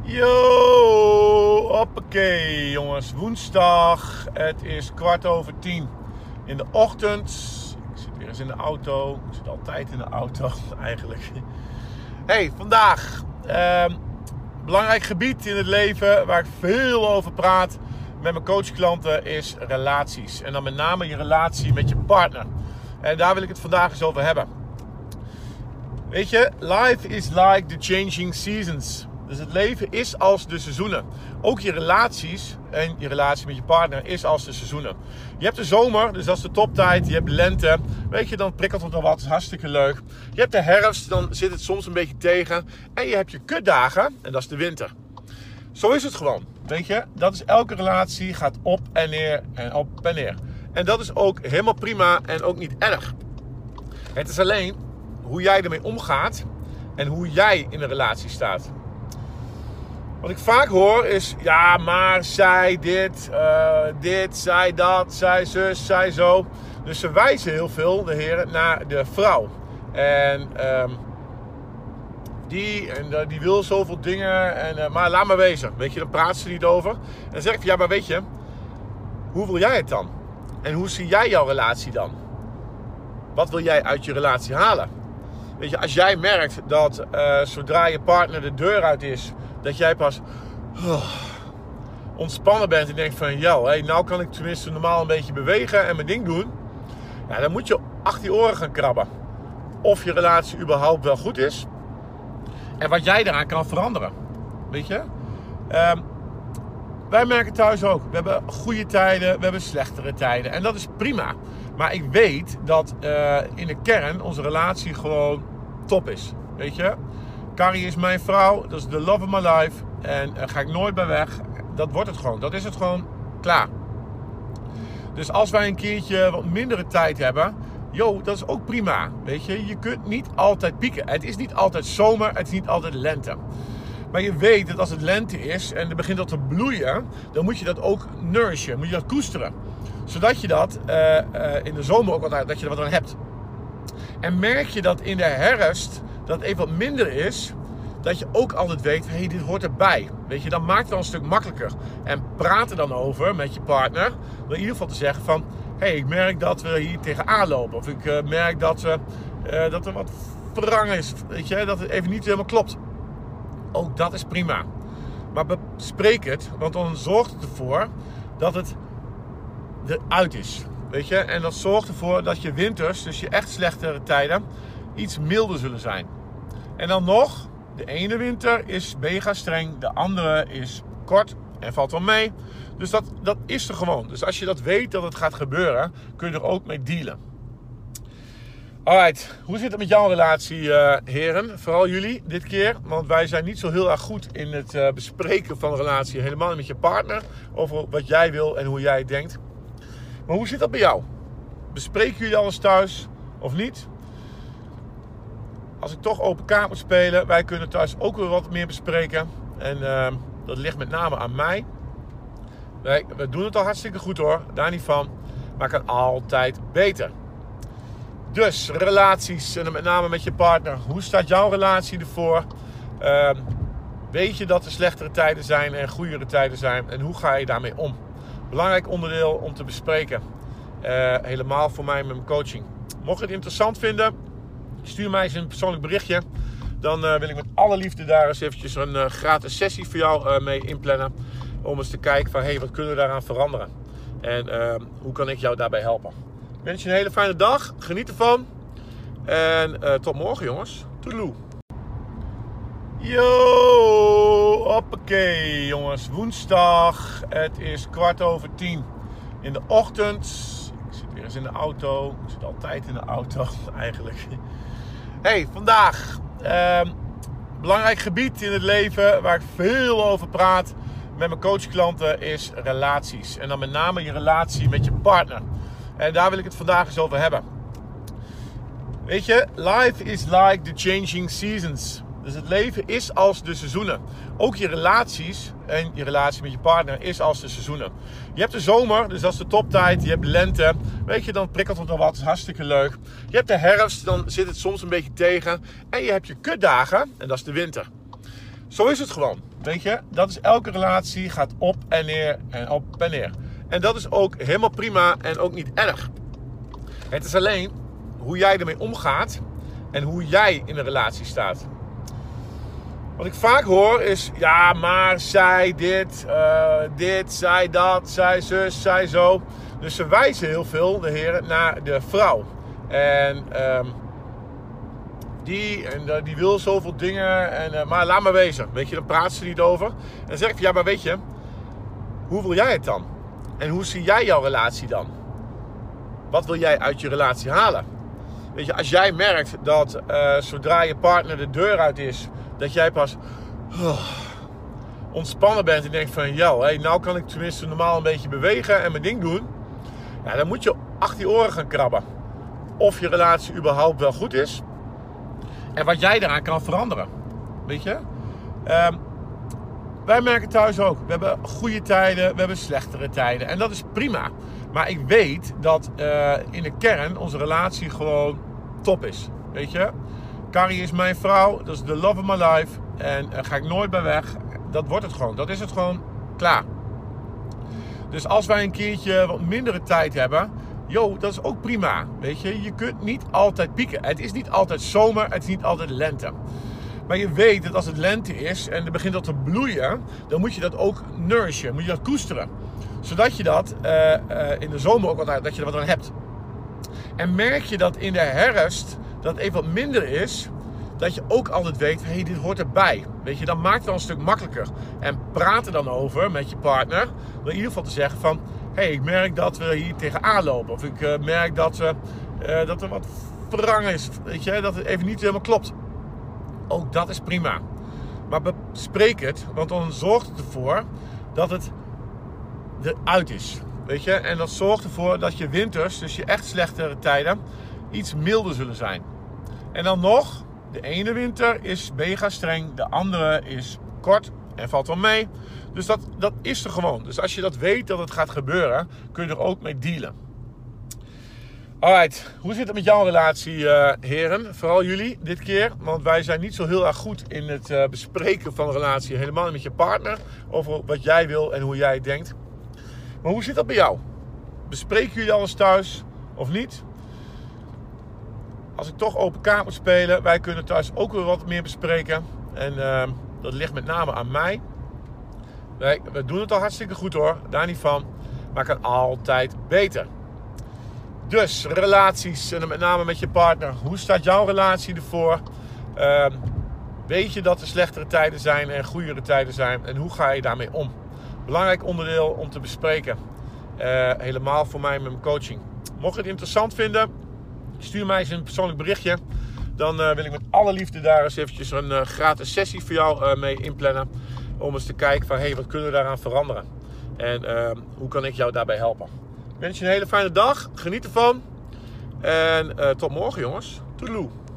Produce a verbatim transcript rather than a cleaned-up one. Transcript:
Yo, hoppakee jongens, woensdag, het is kwart over tien in de ochtend. Ik zit weer eens in de auto, ik zit altijd in de auto eigenlijk. Hey, vandaag, eh, belangrijk gebied in het leven waar ik veel over praat met mijn coachklanten is relaties. En dan met name je relatie met je partner. En daar wil ik het vandaag eens over hebben. Weet je, life is like the changing seasons. Dus het leven is als de seizoenen. Ook je relaties en je relatie met je partner is als de seizoenen. Je hebt de zomer, dus dat is de toptijd. Je hebt lente, weet je, dan prikkelt het nog wat, is hartstikke leuk. Je hebt de herfst, dan zit het soms een beetje tegen. En je hebt je kutdagen, en dat is de winter. Zo is het gewoon, weet je. Dat is elke relatie, gaat op en neer en op en neer. En dat is ook helemaal prima en ook niet erg. Het is alleen hoe jij ermee omgaat en hoe jij in een relatie staat. Wat ik vaak hoor is, ja, maar zij dit, uh, dit, zij dat, zij zus, zij zo. Dus ze wijzen heel veel, de heren, naar de vrouw. En um, die, en uh, die wil zoveel dingen, en, uh, maar laat maar wezen. Weet je, dan praat ze niet over. En dan zeg ik, ja, maar weet je, hoe wil jij het dan? En hoe zie jij jouw relatie dan? Wat wil jij uit je relatie halen? Weet je, als jij merkt dat uh, zodra je partner de deur uit is, dat jij pas oh, ontspannen bent en denkt van, ja, hey, nou kan ik tenminste normaal een beetje bewegen en mijn ding doen. Ja, dan moet je achter je oren gaan krabben. Of je relatie überhaupt wel goed is. En wat jij daaraan kan veranderen. Weet je? Um, wij merken thuis ook. We hebben goede tijden, we hebben slechtere tijden. En dat is prima. Maar ik weet dat uh, in de kern onze relatie gewoon top is. Weet je? Carrie is mijn vrouw, dat is the love of my life. En daar ga ik nooit bij weg. Dat wordt het gewoon. Dat is het gewoon klaar. Dus als wij een keertje wat mindere tijd hebben, yo, dat is ook prima. Weet je, je kunt niet altijd pieken. Het is niet altijd zomer, het is niet altijd lente. Maar je weet dat als het lente is en er begint dat te bloeien, dan moet je dat ook nourishen, moet je dat koesteren. Zodat je dat uh, uh, in de zomer ook wat, dat je er wat aan hebt. En merk je dat in de herfst dat het even wat minder is, dat je ook altijd weet, hé, hey, dit hoort erbij. Weet je, dan maakt het dan een stuk makkelijker. En praat er dan over met je partner, door in ieder geval te zeggen van, hé, hey, ik merk dat we hier tegenaan lopen. Of ik uh, merk dat, we, uh, dat er wat wrang is, weet je, dat het even niet helemaal klopt. Ook dat is prima. Maar bespreek het, want dan zorgt het ervoor dat het eruit is. Weet je, en dat zorgt ervoor dat je winters, dus je echt slechtere tijden, iets milder zullen zijn. En dan nog, de ene winter is mega streng, de andere is kort en valt wel mee. Dus dat, dat is er gewoon. Dus als je dat weet dat het gaat gebeuren, kun je er ook mee dealen. Alright, hoe zit het met jouw relatie, uh, heren? Vooral jullie dit keer, want wij zijn niet zo heel erg goed in het uh, bespreken van een relatie. Helemaal niet met je partner, over wat jij wil en hoe jij denkt. Maar hoe zit dat bij jou? Bespreken jullie alles thuis of niet? Als ik toch open kaart moet spelen, wij kunnen thuis ook weer wat meer bespreken. En uh, dat ligt met name aan mij. Wij, we doen het al hartstikke goed hoor, daar niet van. Maar kan altijd beter. Dus relaties, en met name met je partner. Hoe staat jouw relatie ervoor? Uh, weet je dat er slechtere tijden zijn en goedere tijden zijn? En hoe ga je daarmee om? Belangrijk onderdeel om te bespreken. Uh, helemaal voor mij met mijn coaching. Mocht je het interessant vinden, stuur mij eens een persoonlijk berichtje. Dan uh, wil ik met alle liefde daar eens eventjes een uh, gratis sessie voor jou uh, mee inplannen. Om eens te kijken van, hey, wat kunnen we daaraan veranderen? En uh, hoe kan ik jou daarbij helpen? Ik wens je een hele fijne dag. Geniet ervan. En uh, tot morgen jongens. Toedeloe. Yo, hoppakee jongens, woensdag, het is kwart over tien in de ochtend. Ik zit weer eens in de auto, ik zit altijd in de auto eigenlijk. Hey, vandaag, eh, belangrijk gebied in het leven waar ik veel over praat met mijn coachklanten is relaties. En dan met name je relatie met je partner. En daar wil ik het vandaag eens over hebben. Weet je, life is like the changing seasons. Dus het leven is als de seizoenen. Ook je relaties en je relatie met je partner is als de seizoenen. Je hebt de zomer, dus dat is de toptijd. Je hebt lente, weet je, dan prikkelt het nog wat, is hartstikke leuk. Je hebt de herfst, dan zit het soms een beetje tegen. En je hebt je kutdagen, en dat is de winter. Zo is het gewoon. Weet je, dat is elke relatie, gaat op en neer en op en neer. En dat is ook helemaal prima en ook niet erg. Het is alleen hoe jij ermee omgaat en hoe jij in de relatie staat. Wat ik vaak hoor is, ja, maar zij dit, uh, dit, zij dat, zij zus, zij zo. Dus ze wijzen heel veel, de heren, naar de vrouw. En um, die, en uh, die wil zoveel dingen, en, uh, maar laat maar wezen. Weet je, dan praat ze niet over. En dan zeg ik, ja, maar weet je, hoe wil jij het dan? En hoe zie jij jouw relatie dan? Wat wil jij uit je relatie halen? Weet je, als jij merkt dat uh, zodra je partner de deur uit is, dat jij pas oh, ontspannen bent en denkt van, ja, hey, nou kan ik tenminste normaal een beetje bewegen en mijn ding doen. Ja, dan moet je achter je oren gaan krabben. Of je relatie überhaupt wel goed is. En wat jij daaraan kan veranderen. Weet je? Um, wij merken thuis ook. We hebben goede tijden, we hebben slechtere tijden. En dat is prima. Maar ik weet dat uh, in de kern onze relatie gewoon top is. Weet je? Carrie is mijn vrouw. Dat is the love of my life. En daar uh, ga ik nooit bij weg. Dat wordt het gewoon. Dat is het gewoon klaar. Dus als wij een keertje wat mindere tijd hebben, yo, dat is ook prima. Weet je, je kunt niet altijd pieken. Het is niet altijd zomer, het is niet altijd lente. Maar je weet dat als het lente is en er begint dat te bloeien, dan moet je dat ook nourishen, moet je dat koesteren. Zodat je dat uh, uh, in de zomer ook wat, dat je er wat aan hebt. En merk je dat in de herfst dat het even wat minder is, dat je ook altijd weet, hé, hey, dit hoort erbij. Weet je, dan maakt het dan een stuk makkelijker. En praat er dan over met je partner. Door in ieder geval te zeggen van, hé, hey, ik merk dat we hier tegenaan lopen. Of ik uh, merk dat, we, uh, dat er wat verrang is. Weet je, dat het even niet helemaal klopt. Ook dat is prima. Maar bespreek het, want dan zorgt het ervoor dat het eruit is. Weet je, en dat zorgt ervoor dat je winters, dus je echt slechtere tijden, iets milder zullen zijn. En dan nog, de ene winter is mega streng, de andere is kort en valt wel mee. Dus dat, dat is er gewoon. Dus als je dat weet dat het gaat gebeuren, kun je er ook mee dealen. Alright, hoe zit het met jouw relatie, uh, heren? Vooral jullie dit keer, want wij zijn niet zo heel erg goed in het uh, bespreken van een relatie. Helemaal niet met je partner, over wat jij wil en hoe jij het denkt. Maar hoe zit dat bij jou? Bespreken jullie alles thuis of niet? Als ik toch open kaart moet spelen, wij kunnen thuis ook weer wat meer bespreken. En uh, dat ligt met name aan mij. Wij, we doen het al hartstikke goed hoor, daar niet van. Maar kan altijd beter. Dus relaties, en met name met je partner. Hoe staat jouw relatie ervoor? Uh, weet je dat er slechtere tijden zijn en goedere tijden zijn? En hoe ga je daarmee om? Belangrijk onderdeel om te bespreken. Uh, helemaal voor mij met mijn coaching. Mocht je het interessant vinden, stuur mij eens een persoonlijk berichtje. Dan uh, wil ik met alle liefde daar eens eventjes een uh, gratis sessie voor jou uh, mee inplannen. Om eens te kijken van, hé, hey, wat kunnen we daaraan veranderen? En uh, hoe kan ik jou daarbij helpen? Ik wens je een hele fijne dag. Geniet ervan. En uh, tot morgen, jongens. Toedeloe.